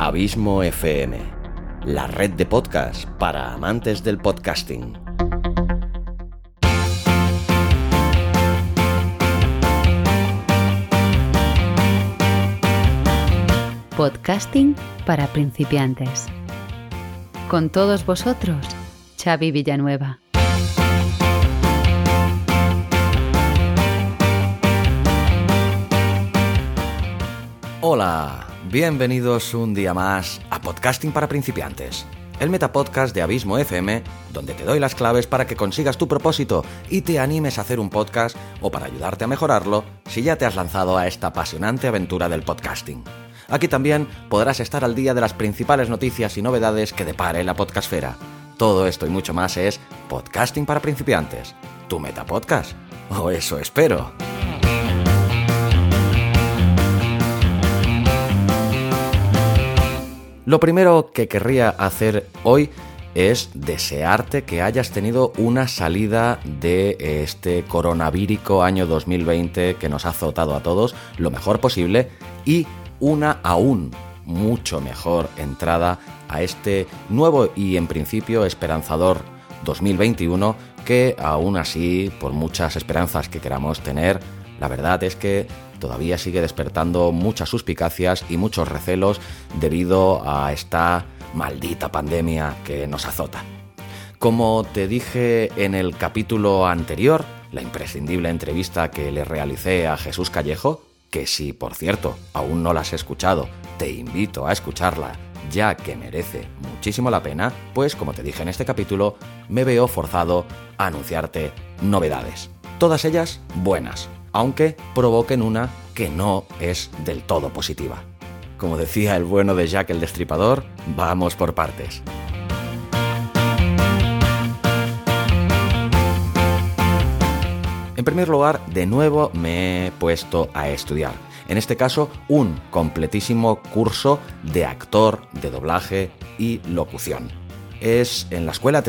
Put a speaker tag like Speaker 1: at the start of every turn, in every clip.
Speaker 1: Abismo FM, la red de podcast para amantes del podcasting.
Speaker 2: Podcasting para principiantes. Con todos vosotros, Xavi Villanueva.
Speaker 1: Hola, bienvenidos un día más a Podcasting para principiantes, el metapodcast de Abismo FM, donde te doy las claves para que consigas tu propósito y te animes a hacer un podcast o para ayudarte a mejorarlo si ya te has lanzado a esta apasionante aventura del podcasting. Aquí también podrás estar al día de las principales noticias y novedades que depare la podcastfera. Todo esto y mucho más es Podcasting para principiantes, tu metapodcast, o eso espero. Lo primero que querría hacer hoy es desearte que hayas tenido una salida de este coronavírico año 2020 que nos ha azotado a todos lo mejor posible y una aún mucho mejor entrada a este nuevo y en principio esperanzador 2021 que aún así, por muchas esperanzas que queramos tener, la verdad es que todavía sigue despertando muchas suspicacias y muchos recelos debido a esta maldita pandemia que nos azota. Como te dije en el capítulo anterior, la imprescindible entrevista que le realicé a Jesús Callejo, que si, por cierto, aún no la has escuchado, te invito a escucharla, ya que merece muchísimo la pena, pues como te dije en este capítulo, me veo forzado a anunciarte novedades. Todas ellas buenas, aunque provoquen una que no es del todo positiva. Como decía el bueno de Jack el Destripador, vamos por partes. En primer lugar, de nuevo me he puesto a estudiar. En este caso, un completísimo curso de actor, de doblaje y locución. Es en la escuela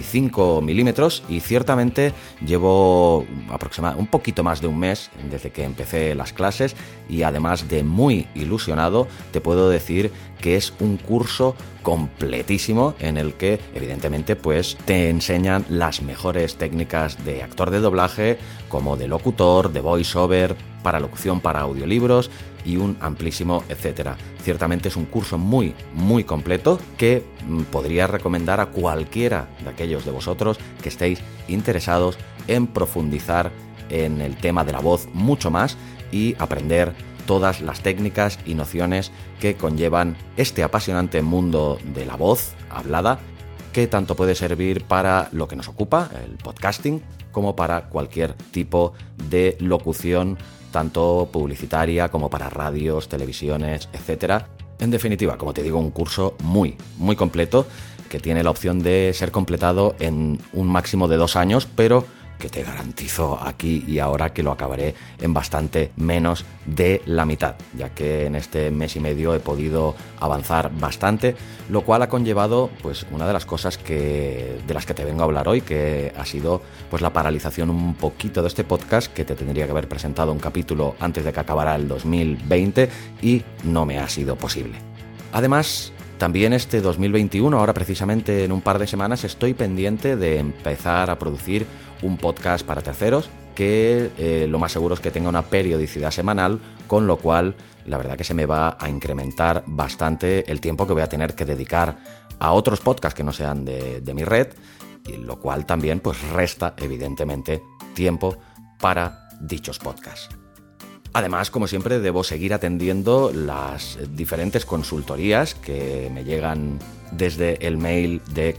Speaker 1: 35 milímetros y ciertamente llevo aproximadamente un poquito más de un mes desde que empecé las clases y además de muy ilusionado te puedo decir que es un curso completísimo en el que evidentemente pues te enseñan las mejores técnicas de actor de doblaje como de locutor, de voiceover, para locución para audiolibros y un amplísimo etcétera. Ciertamente es un curso muy completo que podría recomendar a cualquiera de aquellos de vosotros que estéis interesados en profundizar en el tema de la voz mucho más y aprender todas las técnicas y nociones que conllevan este apasionante mundo de la voz hablada, que tanto puede servir para lo que nos ocupa, el podcasting, como para cualquier tipo de locución, tanto publicitaria como para radios, televisiones, etcétera. En definitiva, como te digo, un curso muy completo que tiene la opción de ser completado en un máximo de 2 años, pero que te garantizo aquí y ahora que lo acabaré en bastante menos de la mitad, ya que en este mes y medio he podido avanzar bastante, lo cual ha conllevado pues una de las cosas de las que te vengo a hablar hoy, que ha sido pues la paralización un poquito de este podcast, que te tendría que haber presentado un capítulo antes de que acabara el 2020 y no me ha sido posible. Además, también este 2021, ahora precisamente en un par de semanas, estoy pendiente de empezar a producir un podcast para terceros que lo más seguro es que tenga una periodicidad semanal, con lo cual la verdad que se me va a incrementar bastante el tiempo que voy a tener que dedicar a otros podcasts que no sean de mi red, y lo cual también pues resta evidentemente tiempo para dichos podcasts. Además, como siempre, debo seguir atendiendo las diferentes consultorías que me llegan desde el mail de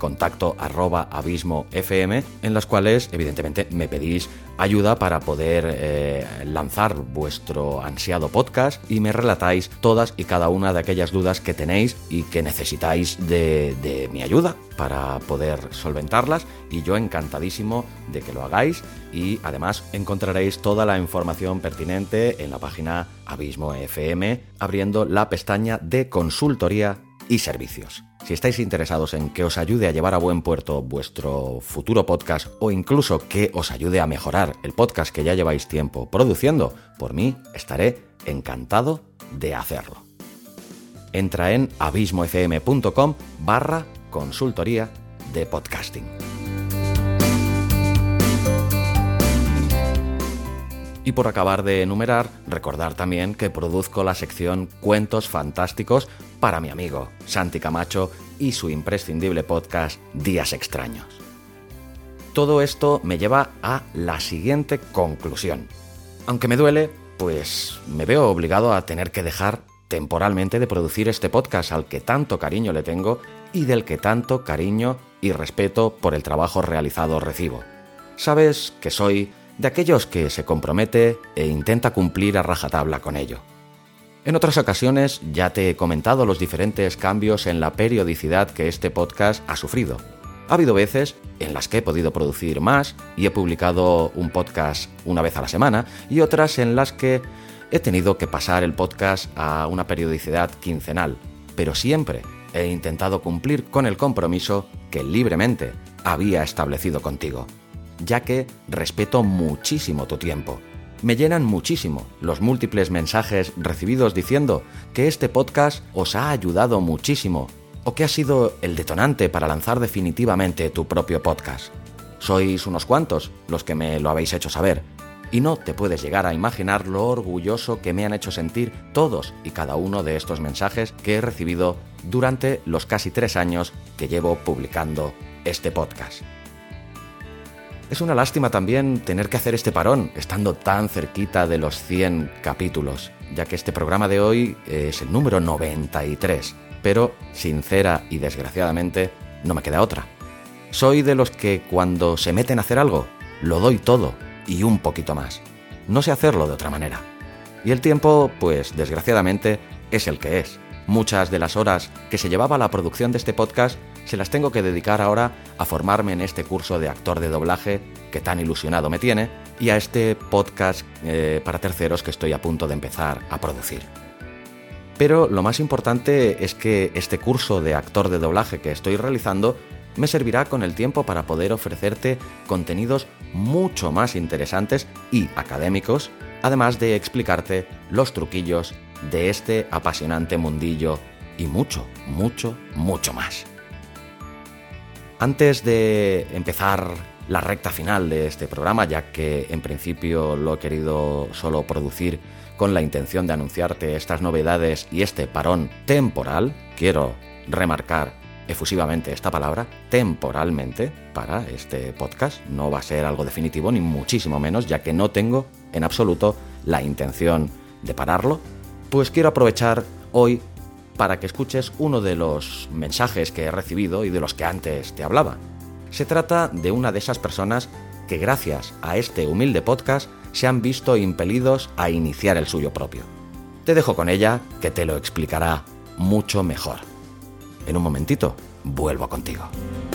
Speaker 1: contacto@abismofm, en las cuales evidentemente me pedís ayuda para poder lanzar vuestro ansiado podcast y me relatáis todas y cada una de aquellas dudas que tenéis y que necesitáis de mi ayuda para poder solventarlas, y yo encantadísimo de que lo hagáis. Y además encontraréis toda la información pertinente en la página Abismo FM, abriendo la pestaña de consultoría y servicios. Si estáis interesados en que os ayude a llevar a buen puerto vuestro futuro podcast o incluso que os ayude a mejorar el podcast que ya lleváis tiempo produciendo, por mí estaré encantado de hacerlo. Entra en abismofm.com/consultoría de podcasting. Y por acabar de enumerar, recordar también que produzco la sección Cuentos Fantásticos para mi amigo Santi Camacho y su imprescindible podcast Días Extraños. Todo esto me lleva a la siguiente conclusión. Aunque me duele, pues me veo obligado a tener que dejar temporalmente de producir este podcast al que tanto cariño le tengo y del que tanto cariño y respeto por el trabajo realizado recibo. Sabes que soy de aquellos que se compromete e intenta cumplir a rajatabla con ello. En otras ocasiones ya te he comentado los diferentes cambios en la periodicidad que este podcast ha sufrido. Ha habido veces en las que he podido producir más y he publicado un podcast una vez a la semana y otras en las que he tenido que pasar el podcast a una periodicidad quincenal, pero siempre he intentado cumplir con el compromiso que libremente había establecido contigo, ya que respeto muchísimo tu tiempo. Me llenan muchísimo los múltiples mensajes recibidos diciendo que este podcast os ha ayudado muchísimo o que ha sido el detonante para lanzar definitivamente tu propio podcast. Sois unos cuantos los que me lo habéis hecho saber y no te puedes llegar a imaginar lo orgulloso que me han hecho sentir todos y cada uno de estos mensajes que he recibido durante los casi 3 años que llevo publicando este podcast. Es una lástima también tener que hacer este parón, estando tan cerquita de los 100 capítulos, ya que este programa de hoy es el número 93, pero sincera y desgraciadamente no me queda otra. Soy de los que cuando se meten a hacer algo, lo doy todo y un poquito más. No sé hacerlo de otra manera. Y el tiempo, pues desgraciadamente, es el que es. Muchas de las horas que se llevaba la producción de este podcast se las tengo que dedicar ahora a formarme en este curso de actor de doblaje que tan ilusionado me tiene y a este podcast para terceros que estoy a punto de empezar a producir. Pero lo más importante es que este curso de actor de doblaje que estoy realizando me servirá con el tiempo para poder ofrecerte contenidos mucho más interesantes y académicos, además de explicarte los truquillos de este apasionante mundillo y mucho, mucho, mucho más. Antes de empezar la recta final de este programa, ya que en principio lo he querido solo producir con la intención de anunciarte estas novedades y este parón temporal, quiero remarcar efusivamente esta palabra, temporalmente, para este podcast. No va a ser algo definitivo, ni muchísimo menos, ya que no tengo en absoluto la intención de pararlo, pues quiero aprovechar hoy para que escuches uno de los mensajes que he recibido y de los que antes te hablaba. Se trata de una de esas personas que gracias a este humilde podcast se han visto impelidos a iniciar el suyo propio. Te dejo con ella, que te lo explicará mucho mejor. En un momentito, vuelvo contigo.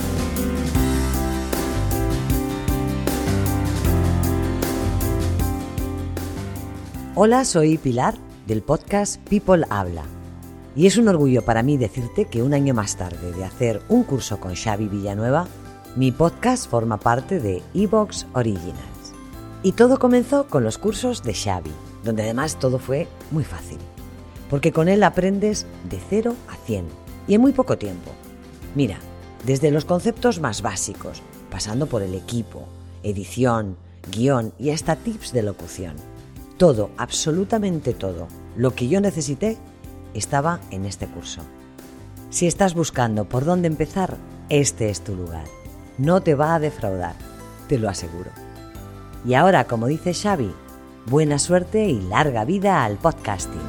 Speaker 3: Hola, soy Pilar, del podcast People Habla. Y es un orgullo para mí decirte que un año más tarde de hacer un curso con Xavi Villanueva, mi podcast forma parte de iVoox Originals. Y todo comenzó con los cursos de Xavi, donde además todo fue muy fácil. Porque con él aprendes de 0 a 100 y en muy poco tiempo. Mira, desde los conceptos más básicos, pasando por el equipo, edición, guión y hasta tips de locución. Todo, absolutamente todo, lo que yo necesité estaba en este curso. Si estás buscando por dónde empezar, este es tu lugar. No te va a defraudar, te lo aseguro. Y ahora, como dice Xavi, buena suerte y larga vida al podcasting.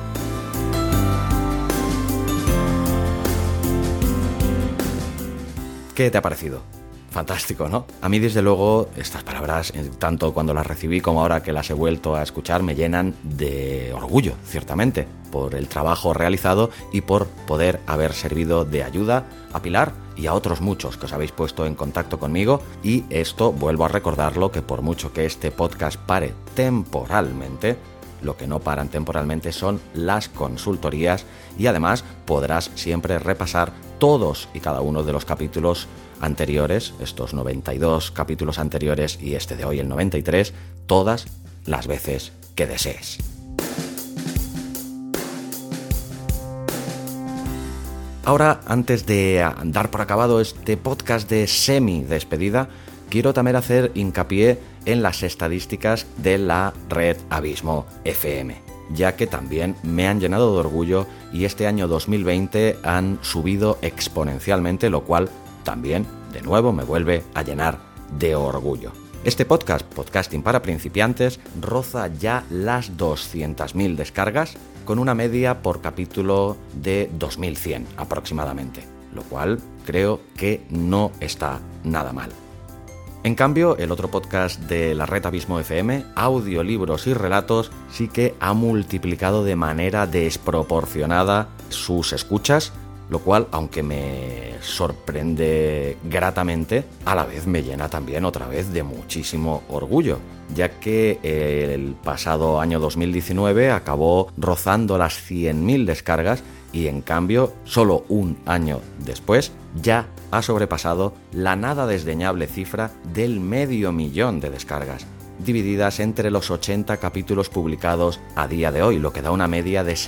Speaker 1: ¿Qué te ha parecido? Fantástico, ¿no? A mí, desde luego, estas palabras, tanto cuando las recibí como ahora que las he vuelto a escuchar, me llenan de orgullo, ciertamente, por el trabajo realizado y por poder haber servido de ayuda a Pilar y a otros muchos que os habéis puesto en contacto conmigo. Y esto, vuelvo a recordarlo, que por mucho que este podcast pare temporalmente, lo que no paran temporalmente son las consultorías, y además podrás siempre repasar todos y cada uno de los capítulos anteriores, estos 92 capítulos anteriores y este de hoy, el 93, todas las veces que desees. Ahora, antes de dar por acabado este podcast de semi-despedida, quiero también hacer hincapié en las estadísticas de la red Abismo FM, ya que también me han llenado de orgullo y este año 2020 han subido exponencialmente, lo cual también, de nuevo, me vuelve a llenar de orgullo. Este podcast, Podcasting para Principiantes, roza ya las 200.000 descargas, con una media por capítulo de 2.100 aproximadamente, lo cual creo que no está nada mal. En cambio, el otro podcast de la red Abismo FM, Audiolibros y Relatos, sí que ha multiplicado de manera desproporcionada sus escuchas, lo cual, aunque me sorprende gratamente, a la vez me llena también otra vez de muchísimo orgullo, ya que el pasado año 2019 acabó rozando las 100.000 descargas y en cambio, solo un año después, ya ha sobrepasado la nada desdeñable cifra del 500.000 de descargas, divididas entre los 80 capítulos publicados a día de hoy, lo que da una media de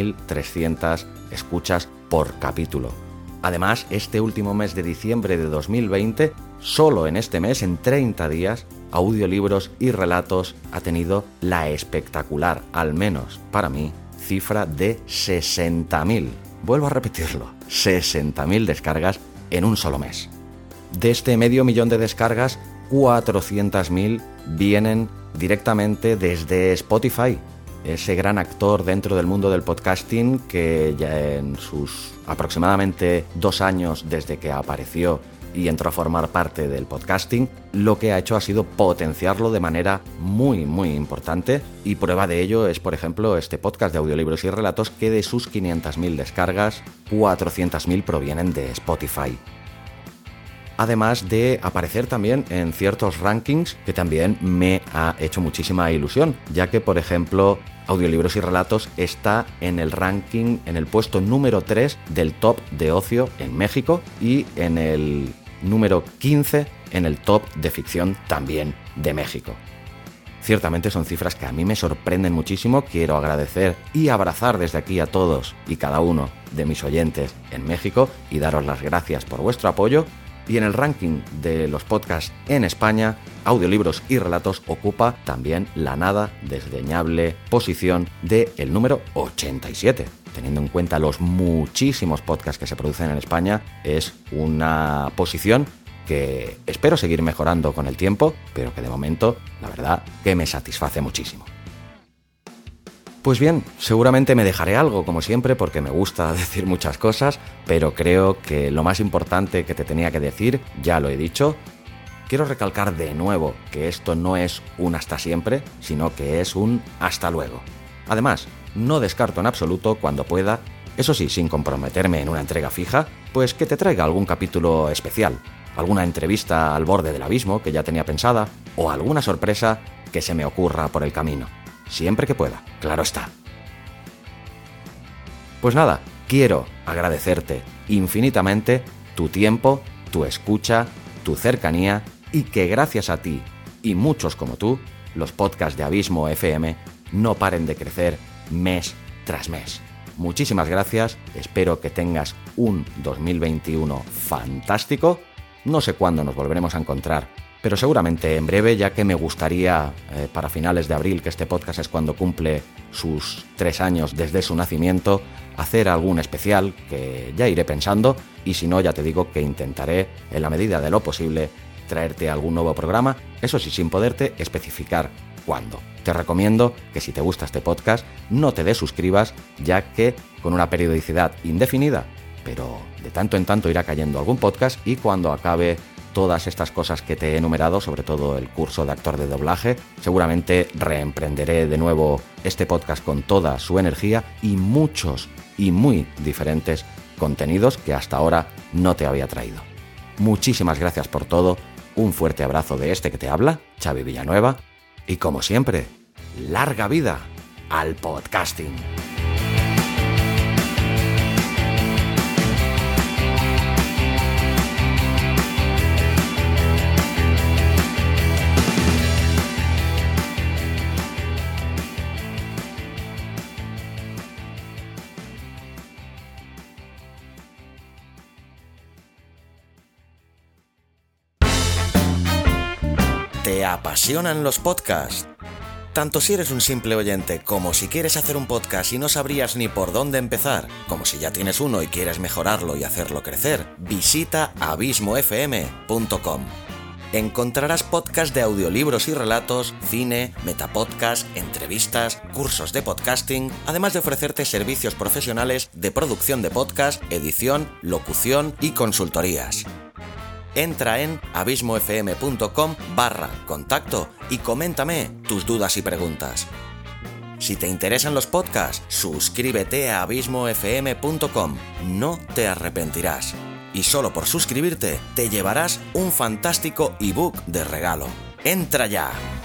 Speaker 1: 6.300 escuchas por capítulo. Además, este último mes de diciembre de 2020, solo en este mes, en 30 días, Audiolibros y Relatos ha tenido la espectacular, al menos para mí, cifra de 60.000. Vuelvo a repetirlo, 60.000 descargas en un solo mes. De este 500.000 de descargas, 400.000 vienen directamente desde Spotify, ese gran actor dentro del mundo del podcasting que ya en sus aproximadamente 2 años desde que apareció y entró a formar parte del podcasting, lo que ha hecho ha sido potenciarlo de manera muy importante, y prueba de ello es, por ejemplo, este podcast de Audiolibros y Relatos, que de sus 500.000 descargas, 400.000 provienen de Spotify. Además de aparecer también en ciertos rankings que también me ha hecho muchísima ilusión, ya que, por ejemplo, Audiolibros y Relatos está en el ranking, en el puesto número 3 del top de ocio en México y en el número 15 en el top de ficción también de México. Ciertamente son cifras que a mí me sorprenden muchísimo. Quiero agradecer y abrazar desde aquí a todos y cada uno de mis oyentes en México y daros las gracias por vuestro apoyo. Y en el ranking de los podcasts en España, Audiolibros y Relatos ocupa también la nada desdeñable posición del número 87. Teniendo en cuenta los muchísimos podcasts que se producen en España, es una posición que espero seguir mejorando con el tiempo, pero que de momento, la verdad, que me satisface muchísimo. Pues bien, seguramente me dejaré algo, como siempre, porque me gusta decir muchas cosas, pero creo que lo más importante que te tenía que decir, ya lo he dicho. Quiero recalcar de nuevo que esto no es un hasta siempre, sino que es un hasta luego. Además, no descarto en absoluto, cuando pueda, eso sí, sin comprometerme en una entrega fija, pues que te traiga algún capítulo especial, alguna entrevista al borde del abismo que ya tenía pensada, o alguna sorpresa que se me ocurra por el camino. Siempre que pueda, claro está. Pues nada, quiero agradecerte infinitamente tu tiempo, tu escucha, tu cercanía, y que gracias a ti y muchos como tú, los podcasts de Abismo FM no paren de crecer mes tras mes. Muchísimas gracias, espero que tengas un 2021 fantástico. No sé cuándo nos volveremos a encontrar, pero seguramente en breve, ya que me gustaría, para finales de abril, que este podcast es cuando cumple sus 3 años desde su nacimiento, hacer algún especial que ya iré pensando, y si no, ya te digo que intentaré, en la medida de lo posible, traerte algún nuevo programa, eso sí, sin poderte especificar cuándo. Te recomiendo que si te gusta este podcast, no te desuscribas, ya que con una periodicidad indefinida, pero de tanto en tanto irá cayendo algún podcast, y cuando acabe todas estas cosas que te he enumerado, sobre todo el curso de actor de doblaje, seguramente reemprenderé de nuevo este podcast con toda su energía y muchos y muy diferentes contenidos que hasta ahora no te había traído. Muchísimas gracias por todo, un fuerte abrazo de este que te habla, Xavi Villanueva, y como siempre, larga vida al podcasting. ¿Te apasionan los podcasts? Tanto si eres un simple oyente como si quieres hacer un podcast y no sabrías ni por dónde empezar, como si ya tienes uno y quieres mejorarlo y hacerlo crecer, visita abismofm.com. Encontrarás podcasts de audiolibros y relatos, cine, metapodcast, entrevistas, cursos de podcasting, además de ofrecerte servicios profesionales de producción de podcast, edición, locución y consultorías. Entra en abismofm.com/contacto y coméntame tus dudas y preguntas. Si te interesan los podcasts, suscríbete a abismofm.com. No te arrepentirás. Y solo por suscribirte te llevarás un fantástico ebook de regalo. ¡Entra ya!